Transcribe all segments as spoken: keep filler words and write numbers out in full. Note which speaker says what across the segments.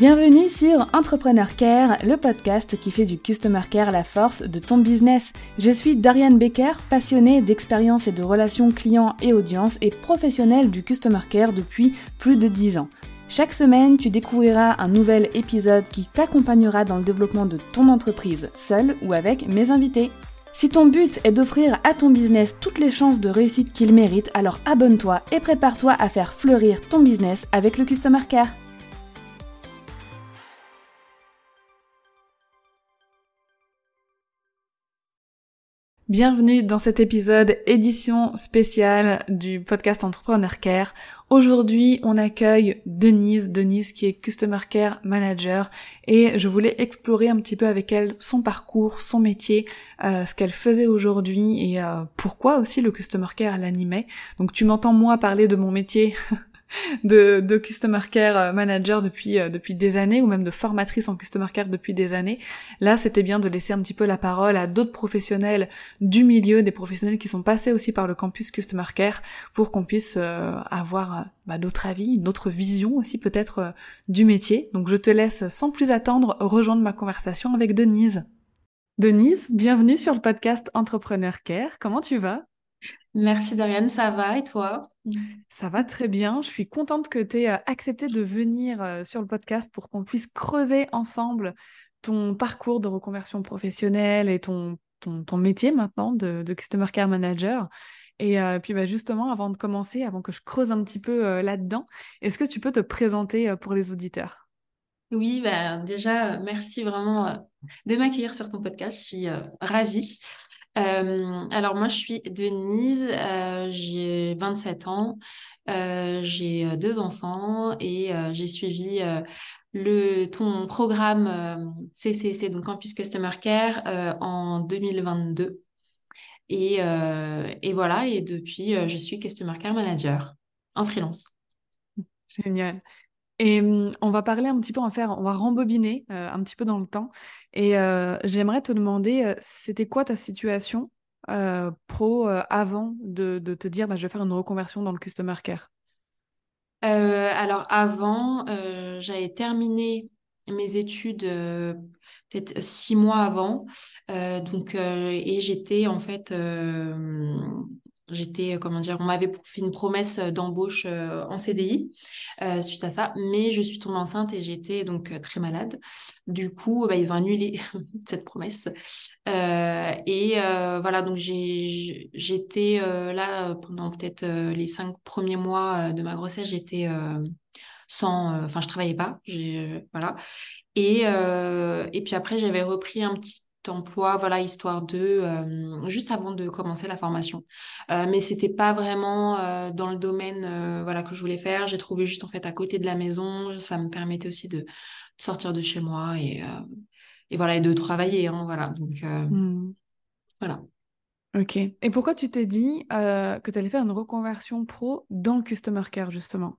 Speaker 1: Bienvenue sur Entrepreneur Care, le podcast qui fait du Customer Care la force de ton business. Je suis Doriane Becker, passionnée d'expérience et de relations clients et audience et professionnelle du Customer Care depuis plus de dix ans. Chaque semaine, tu découvriras un nouvel épisode qui t'accompagnera dans le développement de ton entreprise, seule ou avec mes invités. Si ton but est d'offrir à ton business toutes les chances de réussite qu'il mérite, alors abonne-toi et prépare-toi à faire fleurir ton business avec le Customer Care. Bienvenue dans cet épisode édition spéciale du podcast Entrepreneur Care. Aujourd'hui, on accueille Denise, Denise qui est Customer Care Manager et je voulais explorer un petit peu avec elle son parcours, son métier, euh, ce qu'elle faisait aujourd'hui et euh, pourquoi aussi le Customer Care l'animait. Donc tu m'entends moi parler de mon métier de, de Customer Care Manager depuis euh, depuis des années ou même de formatrice en Customer Care depuis des années. Là, c'était bien de laisser un petit peu la parole à d'autres professionnels du milieu, des professionnels qui sont passés aussi par le campus Customer Care pour qu'on puisse euh, avoir euh, bah, d'autres avis, d'autres visions aussi peut-être euh, du métier. Donc je te laisse sans plus attendre rejoindre ma conversation avec Denise. Denise, bienvenue sur le podcast Entrepreneur Care. Comment tu vas ?
Speaker 2: Merci Doriane, ça va et toi?
Speaker 1: Ça va très bien. Je suis contente que tu aies accepté de venir euh, sur le podcast pour qu'on puisse creuser ensemble ton parcours de reconversion professionnelle et ton, ton, ton métier maintenant de, de Customer Care Manager. Et euh, puis bah, justement, avant de commencer, avant que je creuse un petit peu euh, là-dedans, est-ce que tu peux te présenter euh, pour les auditeurs ?
Speaker 2: Oui, bah, déjà, euh, merci vraiment euh, de m'accueillir sur ton podcast, je suis euh, ravie. Euh, alors moi, je suis Denise, euh, j'ai vingt-sept ans, euh, j'ai euh, deux enfants et euh, j'ai suivi euh, le, ton programme euh, C C C, donc Campus Customer Care, euh, en deux mille vingt-deux. Et, euh, et voilà, et depuis, euh, je suis Customer Care Manager en freelance.
Speaker 1: Génial. Et hum, on va parler un petit peu, on va faire, on va rembobiner euh, un petit peu dans le temps. Et euh, j'aimerais te demander, euh, c'était quoi ta situation euh, pro euh, avant de, de te dire, bah, je vais faire une reconversion dans le Customer Care?
Speaker 2: Euh, alors avant, euh, j'avais terminé mes études euh, peut-être six mois avant. Euh, donc euh, et j'étais en fait, euh, j'étais comment dire, on m'avait fait une promesse d'embauche euh, en C D I euh, suite à ça, mais je suis tombée enceinte et j'étais donc euh, très malade. Du coup, bah, ils ont annulé cette promesse. Euh, et euh, voilà, donc j'ai, j'étais euh, là pendant peut-être euh, les cinq premiers mois euh, de ma grossesse, j'étais euh, sans, euh, enfin, je travaillais pas, j'ai, euh, voilà. Et, euh, et puis après, j'avais repris un petit emploi, voilà, histoire de, euh, juste avant de commencer la formation. Euh, mais c'était pas vraiment euh, dans le domaine, euh, voilà, que je voulais faire. J'ai trouvé juste en fait à côté de la maison. Ça me permettait aussi de, de sortir de chez moi et, euh, et voilà, et de travailler, hein, voilà. Donc euh,
Speaker 1: Hmm.
Speaker 2: voilà.
Speaker 1: Ok. Et pourquoi tu t'es dit euh, que tu allais faire une reconversion pro dans le Customer Care, justement?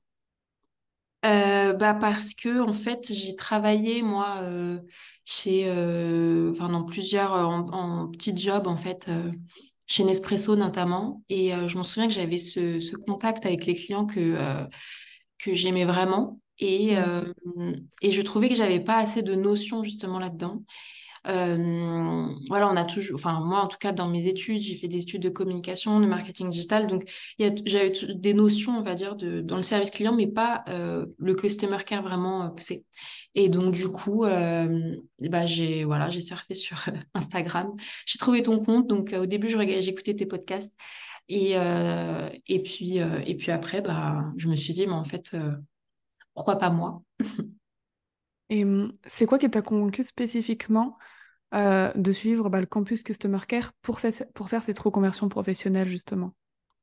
Speaker 2: Euh, bah parce que en fait j'ai travaillé moi euh, chez euh, enfin dans plusieurs euh, en, en petits jobs en fait euh, chez Nespresso notamment et euh, je me souviens que j'avais ce, ce contact avec les clients que euh, que j'aimais vraiment et
Speaker 1: Hmm.
Speaker 2: euh, et je trouvais que j'avais pas assez de notions justement là-dedans. Euh, voilà, on a toujours, enfin moi en tout cas dans mes études, j'ai fait des études de communication, de marketing digital, donc il y a, j'avais t- des notions, on va dire, de, dans le service client, mais pas euh, le customer care vraiment euh, poussé. Et donc du coup, euh, bah j'ai voilà, j'ai surfé sur Instagram, j'ai trouvé ton compte, donc euh, au début je regardais, j'écoutais tes podcasts et euh, et puis euh, et puis après bah je me suis dit mais en fait euh, pourquoi pas moi?
Speaker 1: Et hum, c'est quoi qui t'a convaincu spécifiquement euh, de suivre bah, le campus Customer Care pour, faire pour faire cette reconversion professionnelle, justement?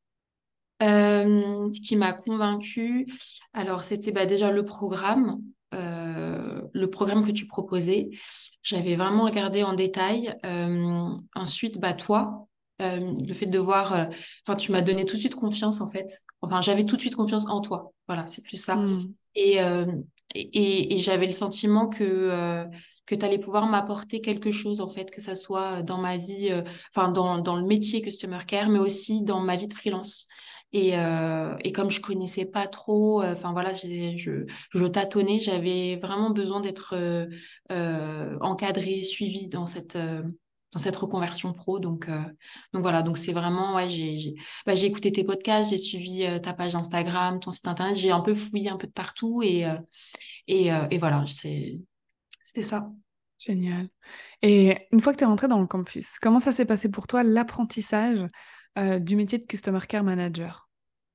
Speaker 2: Euh, ce qui m'a convaincue, alors c'était bah, déjà le programme, euh, le programme que tu proposais. J'avais vraiment regardé en détail. Euh, ensuite, bah toi, euh, le fait de voir, euh, enfin tu m'as donné tout de suite confiance en fait. Enfin j'avais tout de suite confiance en toi. Voilà, c'est plus ça.
Speaker 1: Hmm.
Speaker 2: Et euh, et, et- et j'avais le sentiment que euh, que tu allais pouvoir m'apporter quelque chose en fait, que ça soit dans ma vie, euh, enfin dans dans le métier Customer Care, mais aussi dans ma vie de freelance Et, euh, et comme je connaissais pas trop, euh, enfin voilà, j'ai- je, je tâtonnais, j'avais vraiment besoin d'être euh, euh, encadrée, suivie dans cette, euh, dans cette reconversion pro. Donc, euh, donc voilà, donc c'est vraiment, ouais, j'ai, j'ai, bah, j'ai écouté tes podcasts, j'ai suivi euh, ta page Instagram, ton site internet, j'ai un peu fouillé un peu de partout et, euh, et, euh, et voilà, c'est, c'était ça.
Speaker 1: Génial. Et une fois que tu es rentrée dans le campus, comment ça s'est passé pour toi l'apprentissage euh, du métier de Customer Care Manager?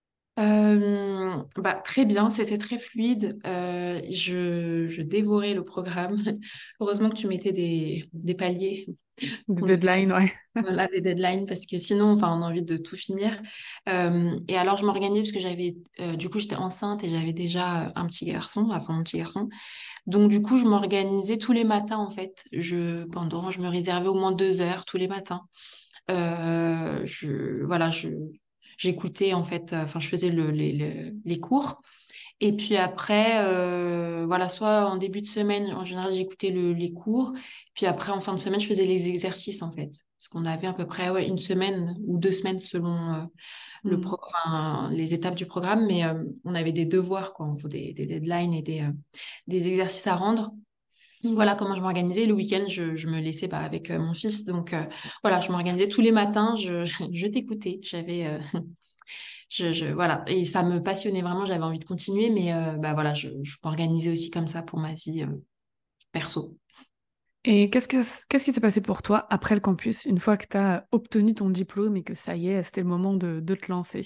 Speaker 2: Euh, bah, très bien, c'était très fluide. Euh, je, je dévorais le programme. Heureusement que tu mettais des, des paliers
Speaker 1: Des
Speaker 2: pour ne pas
Speaker 1: deadlines, ouais.
Speaker 2: voilà, des deadlines parce que sinon, enfin, on a envie de tout finir. Euh, et alors, je m'organisais parce que j'avais, euh, du coup, j'étais enceinte et j'avais déjà un petit garçon, enfin mon petit garçon. Donc, du coup, je m'organisais tous les matins en fait. Je, pendant, je me réservais au moins deux heures tous les matins. Euh, je, voilà, je, j'écoutais en fait, euh, enfin, je faisais le, les, le- les cours. Et puis après, euh, voilà, soit en début de semaine, en général, j'écoutais le, les cours. Puis après, en fin de semaine, je faisais les exercices, en fait. Parce qu'on avait à peu près ouais, une semaine ou deux semaines selon euh, le
Speaker 1: Hmm.
Speaker 2: pro enfin, les étapes du programme. Mais euh, on avait des devoirs, quoi, en gros, des, des deadlines et des, euh, des exercices à rendre. Donc voilà comment je m'organisais. Le week-end, je, je me laissais bah, avec euh, mon fils. Donc euh, voilà, je m'organisais tous les matins. Je, je t'écoutais. J'avais euh, je, je- voilà. Et ça me passionnait vraiment, j'avais envie de continuer, mais euh, bah voilà, je, je m'organisais aussi comme ça pour ma vie euh, perso.
Speaker 1: Et qu'est-ce que, qu'est-ce qui s'est passé pour toi après le campus, une fois que tu as obtenu ton diplôme et que ça y est, c'était le moment de, de te lancer?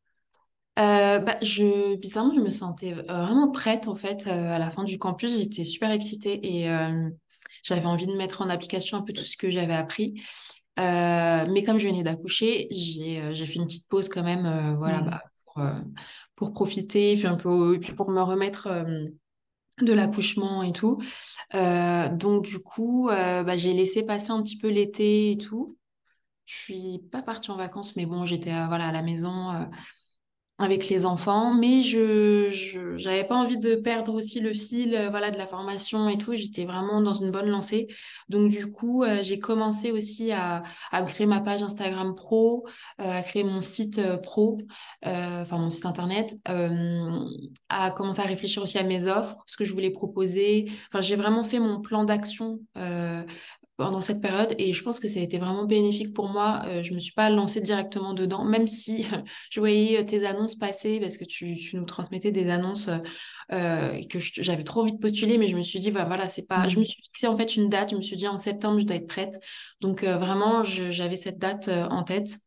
Speaker 2: Euh, bah, je, bizarrement, je me sentais euh, vraiment prête en fait euh, à la fin du campus. J'étais super excitée et euh, j'avais envie de mettre en application un peu tout ce que j'avais appris. Euh, mais comme je venais d'accoucher, j'ai euh, j'ai fait une petite pause quand même, euh, voilà,
Speaker 1: Hmm.
Speaker 2: bah, pour, euh, pour profiter, puis un peu, et puis pour me remettre euh, de l'accouchement et tout. Euh, donc du coup, euh, bah, j'ai laissé passer un petit peu l'été et tout. Je suis pas partie en vacances, mais bon, j'étais euh, voilà à la maison. Euh, avec les enfants, mais je, je j'avais pas envie de perdre aussi le fil euh, voilà de la formation et tout. J'étais vraiment dans une bonne lancée. Donc du coup, euh, j'ai commencé aussi à, à me créer ma page Instagram pro, euh, à créer mon site euh, pro, euh, enfin mon site internet, euh, à commencer à réfléchir aussi à mes offres, ce que je voulais proposer. Enfin, j'ai vraiment fait mon plan d'action. Euh, pendant cette période et je pense que ça a été vraiment bénéfique pour moi. Euh, je me suis pas lancée directement dedans, même si je voyais euh, tes annonces passer parce que tu, tu nous transmettais des annonces euh, et que je- j'avais trop envie de postuler, mais je me suis dit, bah, voilà, c'est pas. Je me
Speaker 1: Hmm.
Speaker 2: suis fixé en fait une date. Je me suis dit en septembre, je dois être prête. Donc euh, vraiment, je- j'avais cette date euh, en tête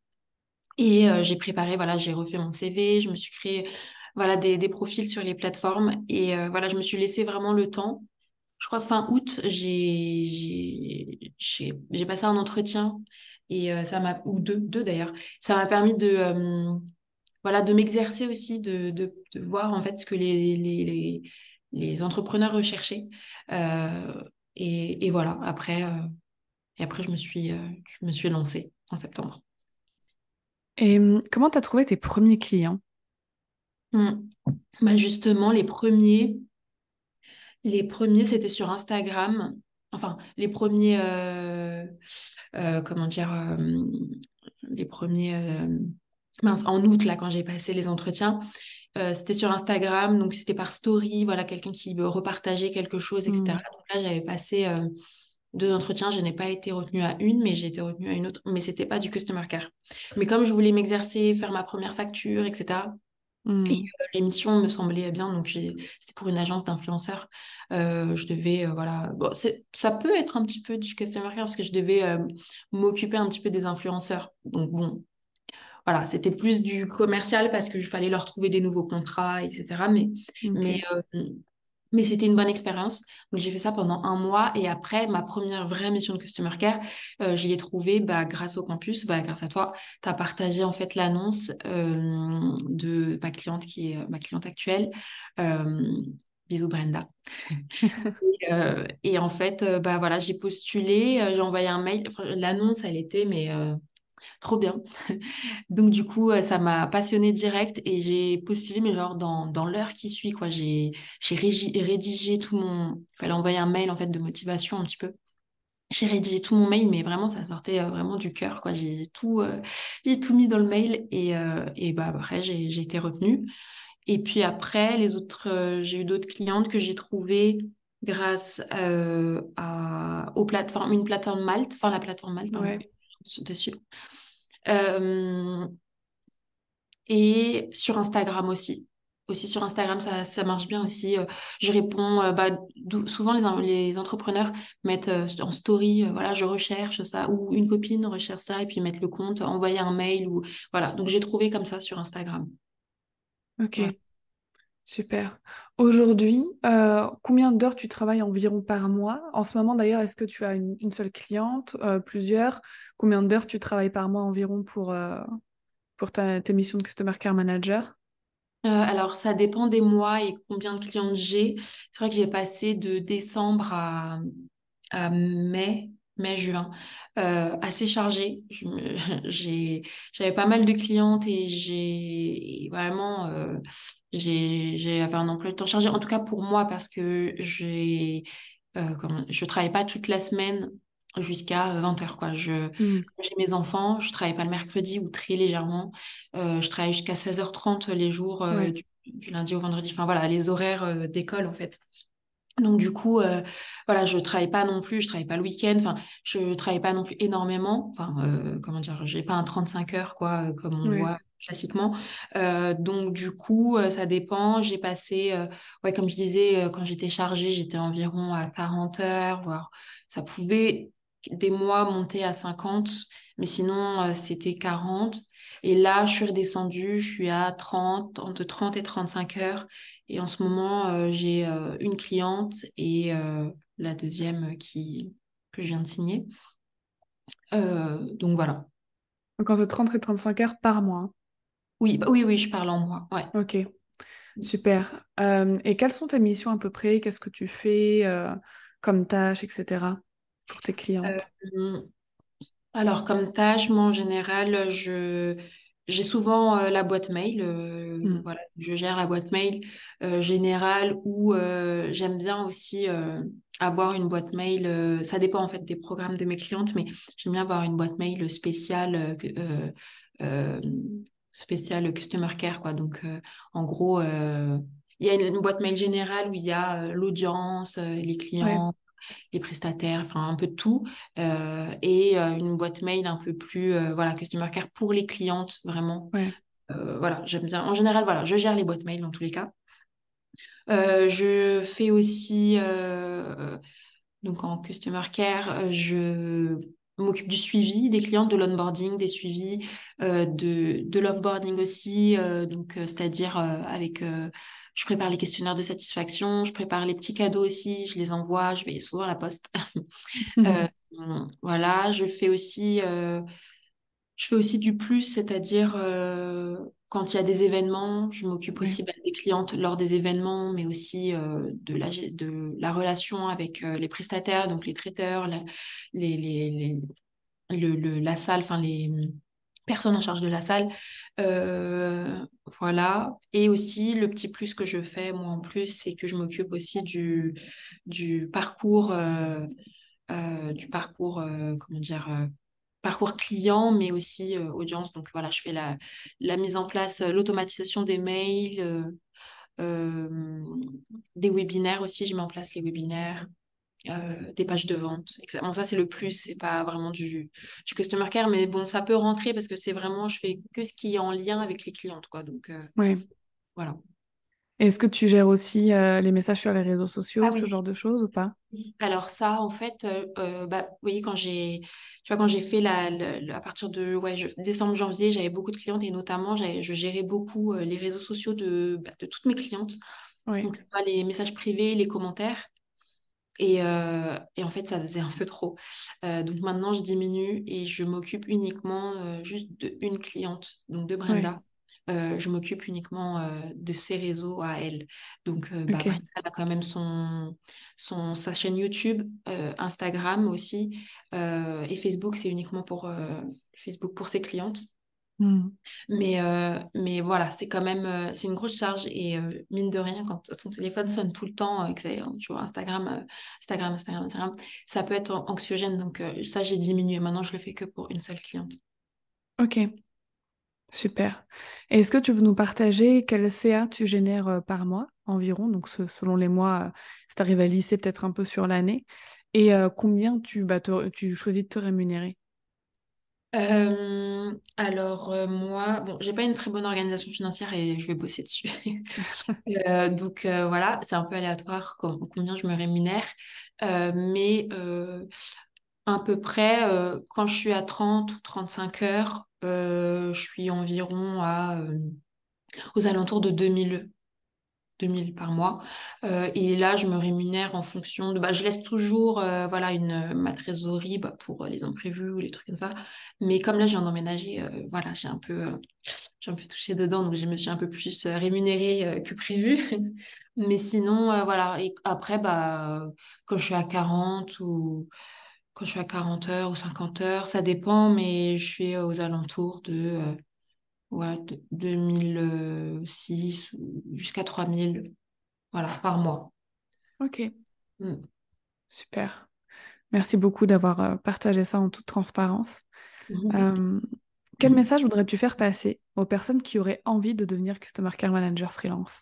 Speaker 2: et euh, j'ai préparé. Voilà, j'ai refait mon C V. Je me suis créé voilà des, des profils sur les plateformes et euh, voilà, je me suis laissé vraiment le temps. Je crois fin août, j'ai j'ai j'ai j'ai passé un entretien et euh, ça m'a ou deux deux d'ailleurs. Ça m'a permis de euh, voilà de m'exercer aussi, de, de de voir en fait ce que les les les, les entrepreneurs recherchaient. Euh, et, et voilà. Après euh, et après je me suis euh, je me suis lancée en septembre.
Speaker 1: Et hum, comment t'as trouvé tes premiers clients?
Speaker 2: Hmm. Bah justement les premiers les premiers c'était sur Instagram. Enfin les premiers euh, euh, comment dire, euh, les premiers, euh, mince, en août, là, quand j'ai passé les entretiens, euh, c'était sur Instagram, donc c'était par story, voilà, quelqu'un qui me repartageait quelque chose, et cetera.
Speaker 1: Hmm.
Speaker 2: Donc là, j'avais passé euh, deux entretiens, je n'ai pas été retenue à une, mais j'ai été retenue à une autre, mais c'était pas du customer care. Mais comme je voulais m'exercer, faire ma première facture, et cetera. Et
Speaker 1: Hmm.
Speaker 2: euh, l'émission me semblait bien, donc j'ai, c'était pour une agence d'influenceurs. Euh, je devais, euh, voilà, bon, c'est, ça peut être un petit peu du customer care parce que je devais euh, m'occuper un petit peu des influenceurs. Donc bon, voilà, c'était plus du commercial parce que je fallait leur trouver des nouveaux contrats, et cetera. Mais, mais,
Speaker 1: Ok.
Speaker 2: euh, mais c'était une bonne expérience. Donc j'ai fait ça pendant un mois et après ma première vraie mission de customer care, euh, j'y ai trouvé bah, grâce au campus, bah, grâce à toi. Tu as partagé en fait l'annonce euh, de ma cliente qui est euh, ma cliente actuelle. Euh, Bisous Brenda. Et, euh, et en fait, euh, bah voilà, j'ai postulé, euh, j'ai envoyé un mail. Enfin, l'annonce, elle était mais euh, trop bien. Donc du coup, euh, ça m'a passionnée direct et j'ai postulé, mais genre dans, dans l'heure qui suit, quoi. J'ai, j'ai régi- rédigé tout mon... Il fallait envoyer un mail, en fait, de motivation un petit peu. J'ai rédigé tout mon mail, mais vraiment, ça sortait euh, vraiment du cœur, quoi. J'ai tout, euh, j'ai tout mis dans le mail et, euh, et bah, après, j'ai, j'ai été retenue. Et puis après, les autres, euh, j'ai eu d'autres clientes que j'ai trouvées grâce euh, à, aux plateformes, une plateforme Malte, enfin la plateforme Malte, pardon,
Speaker 1: Ouais.
Speaker 2: dessus. Euh, et sur Instagram aussi. Aussi sur Instagram, ça, ça marche bien aussi. Euh, je réponds, euh, bah, dou- souvent les, en- les entrepreneurs mettent euh, en story, euh, voilà, je recherche ça, ou une copine recherche ça, et puis mettre le compte, envoyer un mail, ou voilà. Donc j'ai trouvé comme ça sur Instagram.
Speaker 1: Ok,
Speaker 2: Voilà.
Speaker 1: super. Aujourd'hui, euh, combien d'heures tu travailles environ par mois? En ce moment d'ailleurs, est-ce que tu as une, une seule cliente, euh, plusieurs? Combien d'heures tu travailles par mois environ pour, euh, pour ta, tes missions de Customer Care Manager?
Speaker 2: Euh, alors, ça dépend des mois et combien de clientes j'ai. C'est vrai que j'ai passé de décembre à, à mai, mai-juin, euh, assez chargé. Je me- j'ai, j'avais pas mal de clientes et j'ai et vraiment, euh, j'ai, j'avais un emploi du temps chargé. En tout cas pour moi, parce que j'ai, euh, comment- je travaille pas toute la semaine jusqu'à vingt heures, quoi. Je,
Speaker 1: Hmm.
Speaker 2: quand j'ai mes enfants, je travaille pas le mercredi ou très légèrement. Euh, je travaille jusqu'à seize heures trente les jours euh,
Speaker 1: Ouais,
Speaker 2: du, du lundi au vendredi. Enfin voilà, les horaires euh, d'école en fait. Donc du coup, euh, voilà, je travaille pas non plus, je travaille pas le week-end, enfin, je travaille pas non plus énormément. Enfin, euh, comment dire, j'ai pas un trente-cinq heures, quoi, euh, comme on le
Speaker 1: ouais,
Speaker 2: voit classiquement. Euh, donc du coup, euh, ça dépend. J'ai passé, euh, ouais, comme je disais, euh, quand j'étais chargée, j'étais environ à quarante heures, voire ça pouvait des mois monter à cinquante, mais sinon, euh, c'était quarante. Et là, je suis redescendue, je suis à trente, entre trente et trente-cinq heures. Et en ce moment, euh, j'ai euh, une cliente et euh, la deuxième qui, que je viens de signer. Euh, donc voilà.
Speaker 1: donc entre trente et trente-cinq heures par mois, hein.
Speaker 2: Oui, bah oui, oui, je parle en moi. Ouais.
Speaker 1: Ok, super. Euh, et quelles sont tes missions à peu près? Qu'est-ce que tu fais euh, comme tâches, et cetera pour tes clientes?
Speaker 2: Euh, alors, comme tâche, moi, en général, je, j'ai souvent euh, la boîte mail. Euh,
Speaker 1: Hmm.
Speaker 2: voilà, je gère la boîte mail euh, générale ou euh, j'aime bien aussi euh, avoir une boîte mail. Euh, ça dépend en fait des programmes de mes clientes, mais j'aime bien avoir une boîte mail spéciale, euh, que- euh, euh, spéciale Customer Care, quoi. Donc, euh, en gros, euh, il y a une, une boîte mail générale où il y a euh, l'audience, euh, les
Speaker 1: Ouais,
Speaker 2: clients, les prestataires, enfin un peu de tout, euh, et euh, une boîte mail un peu plus, euh, voilà, customer care pour les clientes, vraiment.
Speaker 1: ouais,
Speaker 2: Euh, voilà, j'aime bien. En général, voilà, je gère les boîtes mail dans tous les cas. Euh, je fais aussi, euh, donc en customer care, euh, je m'occupe du suivi des clientes, de l'onboarding, des suivis, euh, de, de l'offboarding aussi, euh, donc euh, c'est-à-dire euh, avec, euh, je prépare les questionnaires de satisfaction, je prépare les petits cadeaux aussi, je les envoie, je vais souvent à la poste. Euh, voilà, je fais aussi, euh, je fais aussi du plus, c'est-à-dire euh, quand il y a des événements, je m'occupe
Speaker 1: ouais,
Speaker 2: aussi bah, des clientes lors des événements, mais aussi euh, de la, gé- de la relation avec euh, les prestataires, donc les traiteurs, la, les, les, les- le, le- la salle, enfin les personnes en charge de la salle. Euh, voilà. Et aussi, le petit plus que je fais, moi en plus, c'est que je m'occupe aussi du, du parcours. Euh, euh, du parcours, euh, comment dire, euh, parcours client, mais aussi euh, audience. Donc voilà, je fais la, la mise en place, euh, l'automatisation des mails, euh, euh, des webinaires aussi, je mets en place les webinaires. Euh, des pages de vente. Exactement, ça c'est le plus, c'est pas vraiment du, du customer care, mais bon, ça peut rentrer parce que c'est vraiment, je fais que ce qui est en lien avec les clientes, quoi. Donc euh,
Speaker 1: ouais.
Speaker 2: voilà.
Speaker 1: Est-ce que tu gères aussi euh, les messages sur les réseaux
Speaker 2: Ah
Speaker 1: sociaux, ce
Speaker 2: oui.
Speaker 1: genre de choses ou pas?
Speaker 2: Alors ça, en fait, euh, euh, bah, vous voyez, quand j'ai, tu vois, quand j'ai fait la, la- la- à partir de ouais, je- décembre, janvier, j'avais beaucoup de clientes et notamment, j'avais- je gérais beaucoup euh, les réseaux sociaux de, bah, de toutes mes clientes.
Speaker 1: Oui,
Speaker 2: Donc, c'est pas les messages privés, les commentaires. Et, euh, et en fait, ça faisait un peu trop. Euh, donc maintenant, je diminue et je m'occupe uniquement euh, juste d'une cliente, donc de
Speaker 1: oui,
Speaker 2: Brenda. Euh, je m'occupe uniquement euh, de ses réseaux à elle. Donc, euh, bah,
Speaker 1: ok,
Speaker 2: Brenda elle a quand même son, son, sa chaîne YouTube, euh, Instagram aussi, euh, et Facebook, c'est uniquement pour, euh, Facebook pour ses clientes.
Speaker 1: Hmm.
Speaker 2: Mais, euh, mais voilà, c'est quand même, euh, c'est une grosse charge. Et euh, mine de rien, quand ton téléphone sonne tout le temps, euh, que c'est, tu vois, Instagram, euh, Instagram, Instagram, Instagram, ça peut être anxiogène. Donc euh, ça, j'ai diminué. Maintenant, je le fais que pour une seule cliente.
Speaker 1: Ok, super. Et est-ce que tu veux nous partager quel C A tu génères euh, par mois environ, donc ce- selon les mois, euh, si tu arrives à lisser peut-être un peu sur l'année, et euh, combien tu, bah, te- tu choisis de te rémunérer?
Speaker 2: Euh, alors euh, moi, bon, j'ai pas une très bonne organisation financière et je vais bosser dessus. Euh, donc euh, voilà, c'est un peu aléatoire com- combien je me rémunère. Euh, mais euh, à peu près, euh, quand je suis à trente ou trente-cinq heures, euh, je suis environ à, euh, aux alentours de deux mille deux mille par mois. Euh, et là, je me rémunère en fonction de... Bah, je laisse toujours euh, voilà, une, ma trésorerie bah, pour les imprévus ou les trucs comme ça. Mais comme là, je viens d'emménager, euh, voilà, j'ai un peu, euh, j'ai un peu touché dedans, donc je me suis un peu plus euh, rémunérée euh, que prévu. Mais sinon, euh, voilà. Et après, bah, quand je suis à quarante ou quand je suis à quarante heures ou cinquante heures, ça dépend, mais je suis aux alentours de, euh, ouais, de deux mille six ou jusqu'à trois mille voilà, par mois.
Speaker 1: Ok,
Speaker 2: Mm.
Speaker 1: super. Merci beaucoup d'avoir euh, partagé ça en toute transparence.
Speaker 2: Mhm.
Speaker 1: Euh, Quel message voudrais-tu faire passer aux personnes qui auraient envie de devenir Customer Care Manager freelance?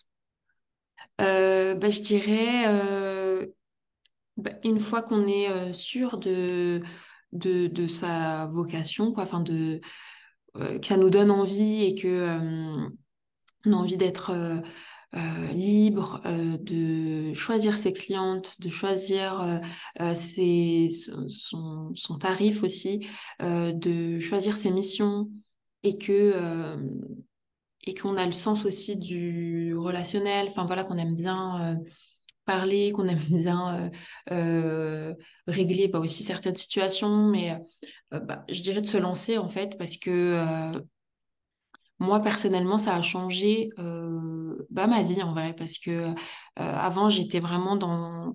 Speaker 2: Euh, bah, je dirais, euh, bah, une fois qu'on est euh, sûr de, de, de sa vocation, quoi, enfin de, euh, que ça nous donne envie et que euh, on a envie d'être euh, euh, libre, euh, de choisir ses clientes, de choisir euh, euh, ses- son, son tarif aussi, euh, de choisir ses missions et que euh, et qu'on a le sens aussi du relationnel, enfin voilà, qu'on aime bien euh, parler, qu'on aime bien euh, euh, régler bah, aussi certaines situations, mais euh, bah, je dirais de se lancer en fait, parce que euh, moi personnellement, ça a changé euh, bah, ma vie en vrai, parce que euh, avant j'étais vraiment dans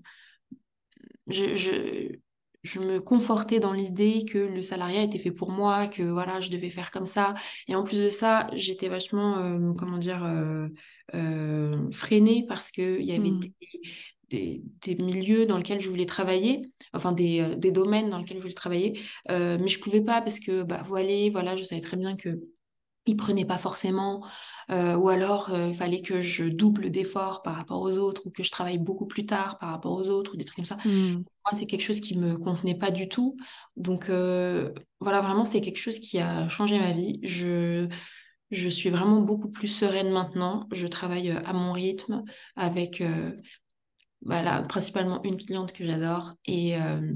Speaker 2: je, je, je me confortais dans l'idée que le salariat était fait pour moi, que voilà, je devais faire comme ça. Et en plus de ça, j'étais vachement, euh, comment dire, euh, euh, freinée parce qu'il y avait
Speaker 1: Hmm.
Speaker 2: des, des, des milieux dans lesquels je voulais travailler, enfin des, euh, des domaines dans lesquels je voulais travailler, euh, mais je pouvais pas parce que, bah, voilà, voilà, je savais très bien que ils prenaient pas forcément, euh, ou alors euh, il fallait que je double d'efforts par rapport aux autres, ou que je travaille beaucoup plus tard par rapport aux autres, ou des trucs comme ça.
Speaker 1: Hmm.
Speaker 2: Moi, c'est quelque chose qui me convenait pas du tout. Donc euh, voilà, vraiment, c'est quelque chose qui a changé ma vie. Je, je suis vraiment beaucoup plus sereine maintenant. Je travaille euh, à mon rythme avec euh, voilà, principalement une cliente que j'adore et, euh,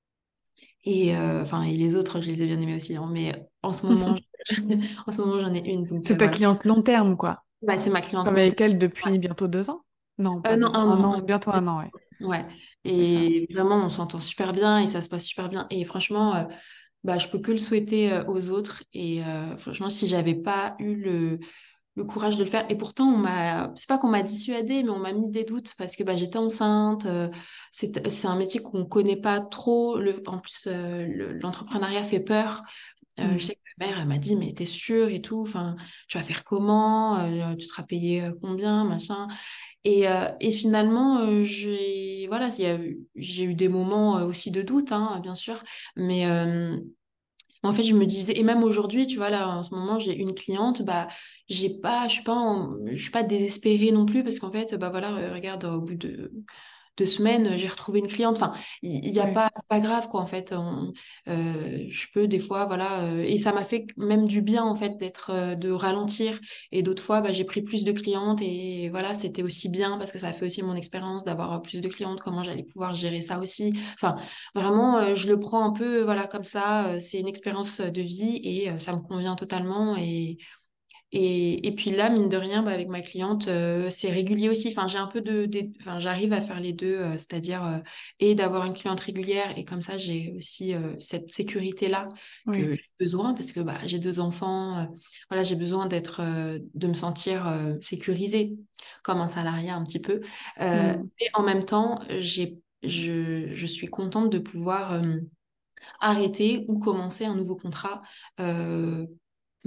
Speaker 2: et euh, enfin et les autres, je les ai bien aimées aussi, hein, mais en ce moment, en ce moment, j'en ai une. Donc
Speaker 1: C'est
Speaker 2: euh,
Speaker 1: ta
Speaker 2: voilà.
Speaker 1: cliente long terme, quoi.
Speaker 2: Bah, c'est ma
Speaker 1: Tu
Speaker 2: cliente
Speaker 1: travailles
Speaker 2: long
Speaker 1: avec
Speaker 2: terme.
Speaker 1: elle
Speaker 2: Ouais.
Speaker 1: depuis bientôt deux ans? Non,
Speaker 2: Euh,
Speaker 1: pas
Speaker 2: non,
Speaker 1: deux ans.
Speaker 2: un
Speaker 1: Un
Speaker 2: an.
Speaker 1: an, bientôt un an, ouais.
Speaker 2: Ouais.
Speaker 1: C'est ça.
Speaker 2: Et vraiment, on s'entend super bien et ça se passe super bien. Et franchement, euh, bah, je peux que le souhaiter euh, aux autres. Et euh, franchement, si j'avais pas eu le, le courage de le faire, et pourtant, on m'a, c'est pas qu'on m'a dissuadée, mais on m'a mis des doutes parce que bah, j'étais enceinte. euh, c'est, c'est un métier qu'on connaît pas trop. Le, en plus, euh, le- l'entrepreneuriat fait peur. Euh, je
Speaker 1: Hmm.
Speaker 2: sais que ma mère, elle m'a dit, mais t'es sûre et tout. Enfin, tu vas faire comment? Euh, tu te seras payé euh, combien, machin. Et, euh, et finalement, euh, j'ai voilà, il y a eu- j'ai eu des moments euh, aussi de doute, hein, bien sûr. Mais euh, en fait, je me disais, et même aujourd'hui, tu vois, là, en ce moment, j'ai une cliente, bah, j'ai pas, je suis pas, en- je suis pas désespérée non plus, parce qu'en fait, bah voilà, euh, regarde, au bout de deux semaines, j'ai retrouvé une cliente. Enfin, il il y, a
Speaker 1: Oui.
Speaker 2: pas, c'est pas grave, quoi, en fait. On- euh, je peux des fois, voilà, euh, et ça m'a fait même du bien, en fait, d'être, euh, de ralentir. Et d'autres fois, bah, j'ai pris plus de clientes, et voilà, c'était aussi bien parce que ça a fait aussi mon expérience d'avoir plus de clientes, comment j'allais pouvoir gérer ça aussi. Enfin, vraiment, euh, je le prends un peu, voilà, comme ça. euh, c'est une expérience de vie et euh, ça me convient totalement. Et et, et puis là, mine de rien, bah, avec ma cliente, euh, c'est régulier aussi. Enfin, j'ai un peu de, des- enfin, j'arrive à faire les deux, euh, c'est-à-dire euh, et d'avoir une cliente régulière et comme ça, j'ai aussi euh, cette sécurité-là
Speaker 1: Oui.
Speaker 2: que j'ai besoin parce que bah, j'ai deux enfants. Euh, voilà, j'ai besoin d'être, euh, de me sentir euh, sécurisée comme un salarié un petit peu. Euh,
Speaker 1: Hmm.
Speaker 2: mais en même temps, j'ai, je, je suis contente de pouvoir euh, arrêter ou commencer un nouveau contrat. euh,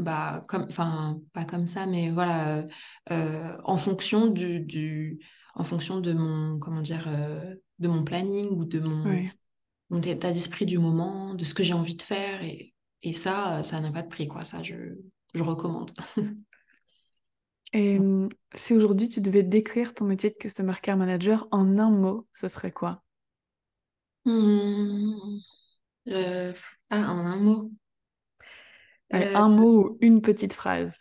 Speaker 2: bah, comme, enfin, pas comme ça, mais voilà, euh, euh, en fonction du, du, en fonction de mon, comment dire, euh, de mon planning ou de mon,
Speaker 1: Oui.
Speaker 2: mon état d'esprit du moment, de ce que j'ai envie de faire. Et, et ça, ça n'a pas de prix, quoi. Ça, je, je recommande.
Speaker 1: Et hum, si aujourd'hui tu devais décrire ton métier de Customer Care Manager en un mot, ce serait quoi?
Speaker 2: Hmm, euh, ah, en un mot.
Speaker 1: Ouais,
Speaker 2: Euh,
Speaker 1: un mot ou une petite phrase.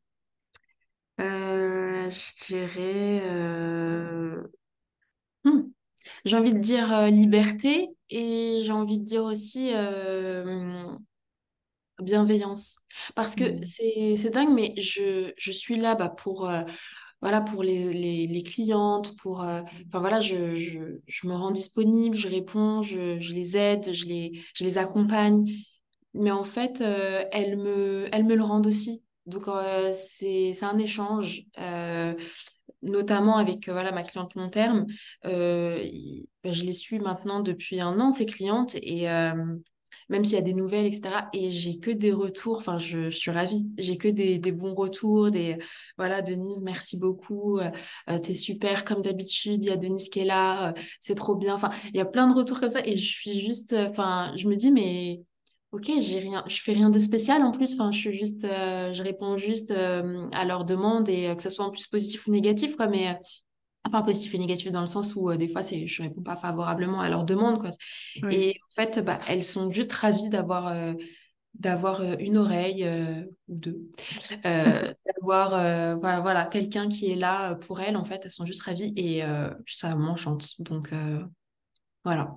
Speaker 2: euh, je dirais, euh, hmm, j'ai envie de dire euh, liberté et j'ai envie de dire aussi euh, bienveillance. Parce que
Speaker 1: Mm.
Speaker 2: c'est c'est dingue, mais je, je suis là bah, pour, euh, voilà, pour les, les, les clientes, pour, euh, enfin voilà, je, je, je me rends disponible, je réponds, je, je les aide, je les, je les accompagne. Mais en fait, euh, elles me, elles me le rendent aussi. Donc, euh, c'est, c'est un échange, euh, notamment avec euh, voilà, ma cliente long terme. Euh, il- ben, je les suis maintenant depuis un an, ces clientes, et euh, même s'il y a des nouvelles, et cetera. Et j'ai que des retours, enfin, je, je suis ravie. J'ai que des, des bons retours, des, voilà, Denise, merci beaucoup, euh, euh, t'es super, comme d'habitude, il y a Denise qui est là, euh, c'est trop bien. Enfin, il y a plein de retours comme ça, et je suis juste, euh, enfin, je me dis, mais. Ok, j'ai rien, je fais rien de spécial en plus. Enfin, je suis juste, euh, je réponds juste euh, à leurs demandes et euh, que ce soit en plus positif ou négatif, quoi. Mais euh, enfin, positif et négatif dans le sens où euh, des fois, c'est, je réponds pas favorablement à leurs demandes, quoi.
Speaker 1: Oui.
Speaker 2: Et en fait, bah, elles sont juste ravies d'avoir euh, d'avoir euh, une oreille euh, ou deux, euh, d'avoir euh, voilà, voilà, quelqu'un qui est là pour elles. En fait, elles sont juste ravies et euh, ça m'enchante. Donc euh, voilà.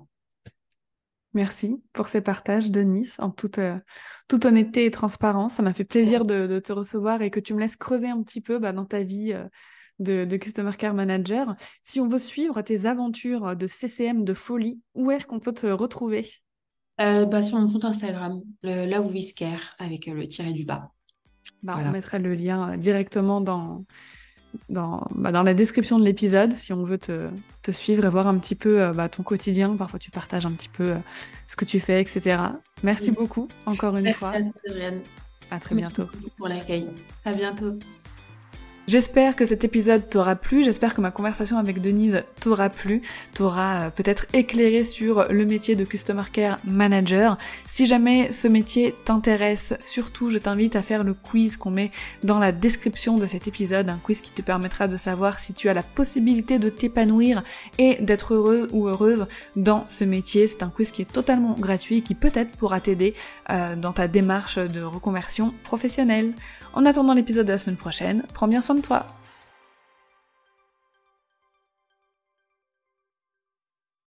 Speaker 1: Merci pour ces partages, Denise, en toute, euh, toute honnêteté et transparence. Ça m'a fait plaisir de, de te recevoir et que tu me laisses creuser un petit peu bah, dans ta vie euh, de, de Customer Care Manager. Si on veut suivre tes aventures de C C M de folie, où est-ce qu'on peut te retrouver?
Speaker 2: Euh, bah, sur mon compte Instagram, le Love Whisker avec euh, le tiré du bas.
Speaker 1: Bah, on
Speaker 2: Voilà.
Speaker 1: mettra le lien euh, directement dans, dans, bah, dans la description de l'épisode si on veut te, te suivre et voir un petit peu euh, bah, ton quotidien. Parfois, tu partages un petit peu euh, ce que tu fais, et cetera. Merci beaucoup encore une
Speaker 2: Merci
Speaker 1: fois.
Speaker 2: à toi, Adrienne.
Speaker 1: À très
Speaker 2: Merci
Speaker 1: bientôt.
Speaker 2: beaucoup pour l'accueil. À bientôt.
Speaker 1: J'espère que cet épisode t'aura plu, j'espère que ma conversation avec Denise t'aura plu, t'aura euh, peut-être éclairé sur le métier de Customer Care Manager. Si jamais ce métier t'intéresse, surtout je t'invite à faire le quiz qu'on met dans la description de cet épisode, un quiz qui te permettra de savoir si tu as la possibilité de t'épanouir et d'être heureux ou heureuse dans ce métier. C'est un quiz qui est totalement gratuit, qui peut-être pourra t'aider euh, dans ta démarche de reconversion professionnelle. En attendant l'épisode de la semaine prochaine, prends bien soin de toi.